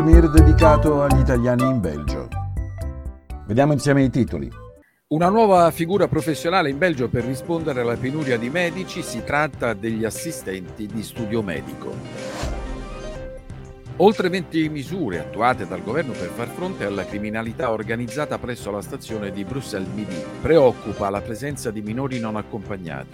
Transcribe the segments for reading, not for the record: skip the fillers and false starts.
souvenir dedicato agli italiani in Belgio. Vediamo insieme i titoli. Una nuova figura professionale in Belgio per rispondere alla penuria di medici, si tratta degli assistenti di studio medico. Oltre 20 misure attuate dal governo per far fronte alla criminalità organizzata presso la stazione di Bruxelles Midi. Preoccupa la presenza di minori non accompagnati.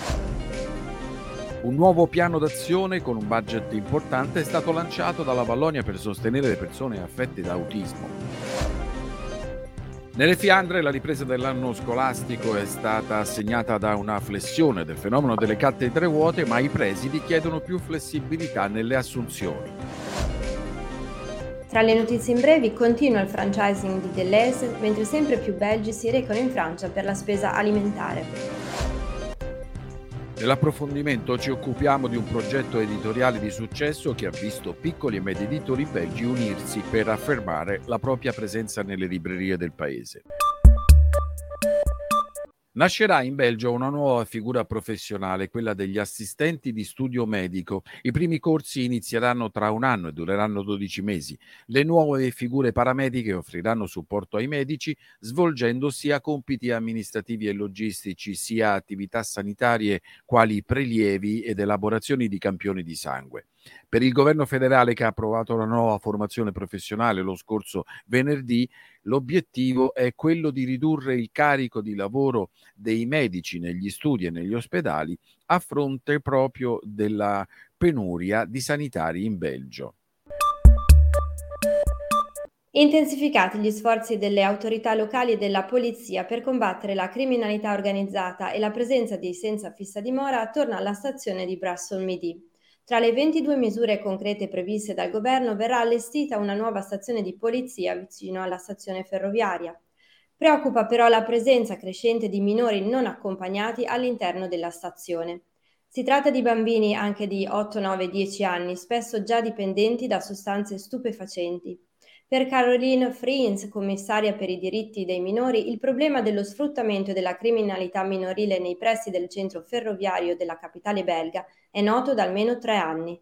Un nuovo piano d'azione con un budget importante è stato lanciato dalla Vallonia per sostenere le persone affette da autismo. Nelle Fiandre la ripresa dell'anno scolastico è stata segnata da una flessione del fenomeno delle cattedre vuote, ma i presidi chiedono più flessibilità nelle assunzioni. Tra le notizie in brevi continua il franchising di Delhaize, mentre sempre più belgi si recano in Francia per la spesa alimentare. Nell'approfondimento ci occupiamo di un progetto editoriale di successo che ha visto piccoli e medi editori belgi unirsi per affermare la propria presenza nelle librerie del paese. Nascerà in Belgio una nuova figura professionale, quella degli assistenti di studio medico. I primi corsi inizieranno tra un anno e dureranno 12 mesi. Le nuove figure paramediche offriranno supporto ai medici, svolgendo sia compiti amministrativi e logistici, sia attività sanitarie quali prelievi ed elaborazioni di campioni di sangue. Per il governo federale, che ha approvato la nuova formazione professionale lo scorso venerdì, l'obiettivo è quello di ridurre il carico di lavoro dei medici negli studi e negli ospedali a fronte proprio della penuria di sanitari in Belgio. Intensificati gli sforzi delle autorità locali e della polizia per combattere la criminalità organizzata e la presenza di senza fissa dimora attorno alla stazione di Bruxelles Midi. Tra le 22 misure concrete previste dal governo verrà allestita una nuova stazione di polizia vicino alla stazione ferroviaria. Preoccupa però la presenza crescente di minori non accompagnati all'interno della stazione. Si tratta di bambini anche di 8, 9, 10 anni, spesso già dipendenti da sostanze stupefacenti. Per Caroline Friens, commissaria per i diritti dei minori, il problema dello sfruttamento e della criminalità minorile nei pressi del centro ferroviario della capitale belga è noto da almeno 3 anni.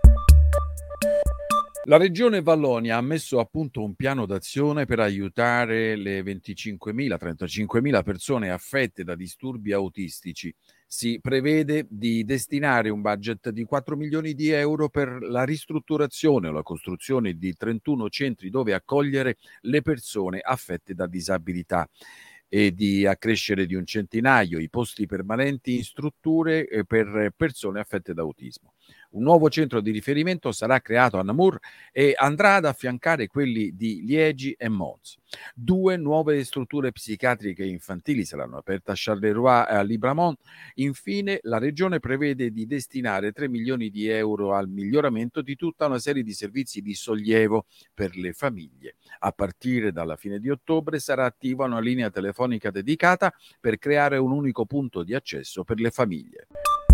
La Regione Vallonia ha messo a punto un piano d'azione per aiutare le 35.000 persone affette da disturbi autistici. Si prevede di destinare un budget di 4 milioni di euro per la ristrutturazione o la costruzione di 31 centri dove accogliere le persone affette da disabilità e di accrescere di un centinaio i posti permanenti in strutture per persone affette da autismo. Un nuovo centro di riferimento sarà creato a Namur e andrà ad affiancare quelli di Liegi e Mons. 2 nuove strutture psichiatriche infantili saranno aperte a Charleroi e a Libramont. Infine, la Regione prevede di destinare 3 milioni di euro al miglioramento di tutta una serie di servizi di sollievo per le famiglie. A partire dalla fine di ottobre sarà attiva una linea telefonica dedicata per creare un unico punto di accesso per le famiglie.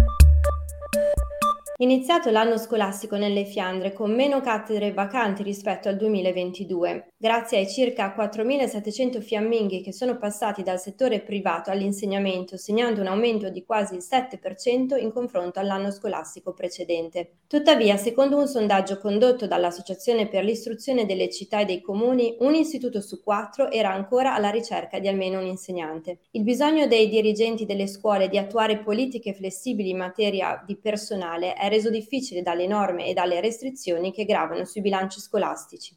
Iniziato l'anno scolastico nelle Fiandre con meno cattedre vacanti rispetto al 2022, grazie ai circa 4.700 fiamminghi che sono passati dal settore privato all'insegnamento, segnando un aumento di quasi il 7% in confronto all'anno scolastico precedente. Tuttavia, secondo un sondaggio condotto dall'Associazione per l'istruzione delle città e dei comuni, un istituto su 4 era ancora alla ricerca di almeno un insegnante. Il bisogno dei dirigenti delle scuole di attuare politiche flessibili in materia di personale è reso difficile dalle norme e dalle restrizioni che gravano sui bilanci scolastici.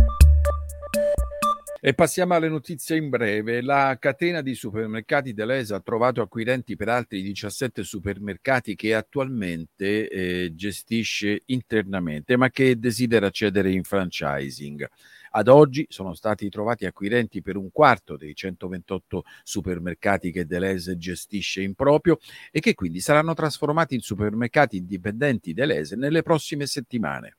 E passiamo alle notizie in breve. La catena di supermercati Delhaize ha trovato acquirenti per altri 17 supermercati che attualmente gestisce internamente, ma che desidera cedere in franchising. Ad oggi sono stati trovati acquirenti per un quarto dei 128 supermercati che Delhaize gestisce in proprio e che quindi saranno trasformati in supermercati indipendenti Delhaize nelle prossime settimane.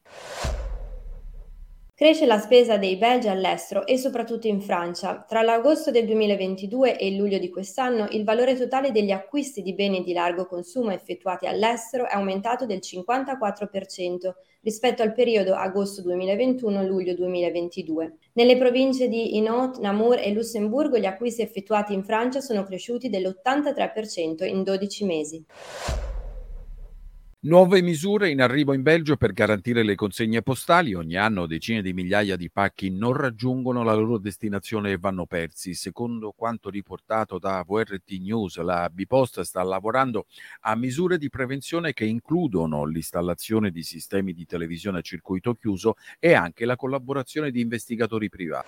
Cresce la spesa dei belgi all'estero e soprattutto in Francia. Tra l'agosto del 2022 e il luglio di quest'anno, il valore totale degli acquisti di beni di largo consumo effettuati all'estero è aumentato del 54% rispetto al periodo agosto 2021-luglio 2022. Nelle province di Hainaut, Namur e Lussemburgo gli acquisti effettuati in Francia sono cresciuti dell'83% in 12 mesi. Nuove misure in arrivo in Belgio per garantire le consegne postali. Ogni anno decine di migliaia di pacchi non raggiungono la loro destinazione e vanno persi. Secondo quanto riportato da VRT News, la Bipost sta lavorando a misure di prevenzione che includono l'installazione di sistemi di televisione a circuito chiuso e anche la collaborazione di investigatori privati.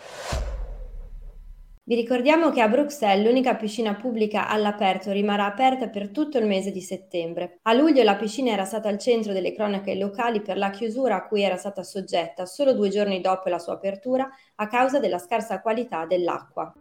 Vi ricordiamo che a Bruxelles l'unica piscina pubblica all'aperto rimarrà aperta per tutto il mese di settembre. A luglio la piscina era stata al centro delle cronache locali per la chiusura a cui era stata soggetta solo 2 giorni dopo la sua apertura a causa della scarsa qualità dell'acqua.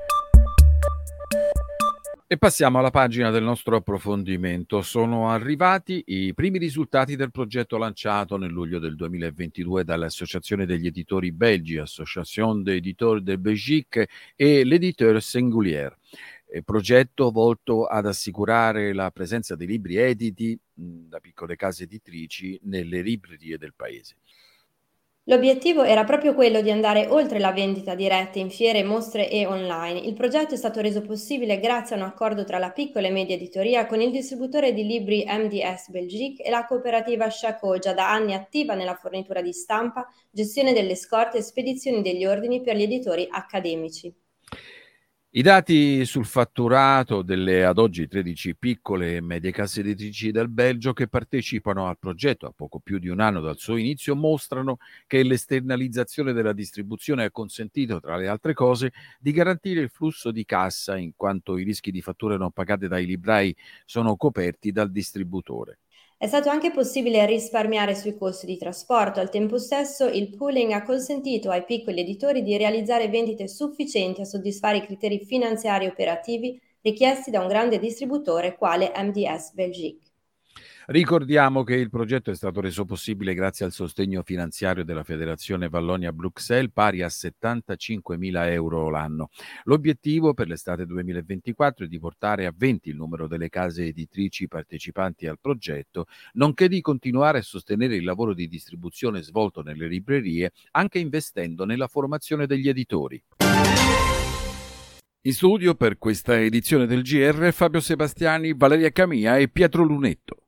E passiamo alla pagina del nostro approfondimento. Sono arrivati i primi risultati del progetto lanciato nel luglio del 2022 dall'Associazione degli editori belgi, Association des éditeurs de Belgique e l'Éditeur Singulier. Progetto volto ad assicurare la presenza dei libri editi da piccole case editrici nelle librerie del paese. L'obiettivo era proprio quello di andare oltre la vendita diretta in fiere, mostre e online. Il progetto è stato reso possibile grazie a un accordo tra la piccola e media editoria con il distributore di libri MDS Belgique e la cooperativa Chaco, già da anni attiva nella fornitura di stampa, gestione delle scorte e spedizioni degli ordini per gli editori accademici. I dati sul fatturato delle ad oggi 13 piccole e medie case editrici del Belgio che partecipano al progetto a poco più di un anno dal suo inizio mostrano che l'esternalizzazione della distribuzione ha consentito, tra le altre cose, di garantire il flusso di cassa in quanto i rischi di fatture non pagate dai librai sono coperti dal distributore. È stato anche possibile risparmiare sui costi di trasporto. Al tempo stesso, il pooling ha consentito ai piccoli editori di realizzare vendite sufficienti a soddisfare i criteri finanziari e operativi richiesti da un grande distributore quale MDS Belgique. Ricordiamo che il progetto è stato reso possibile grazie al sostegno finanziario della Federazione Vallonia-Bruxelles pari a 75.000 euro l'anno. L'obiettivo per l'estate 2024 è di portare a 20 il numero delle case editrici partecipanti al progetto, nonché di continuare a sostenere il lavoro di distribuzione svolto nelle librerie, anche investendo nella formazione degli editori. In studio per questa edizione del GR Fabio Sebastiani, Valeria Camia e Pietro Lunetto.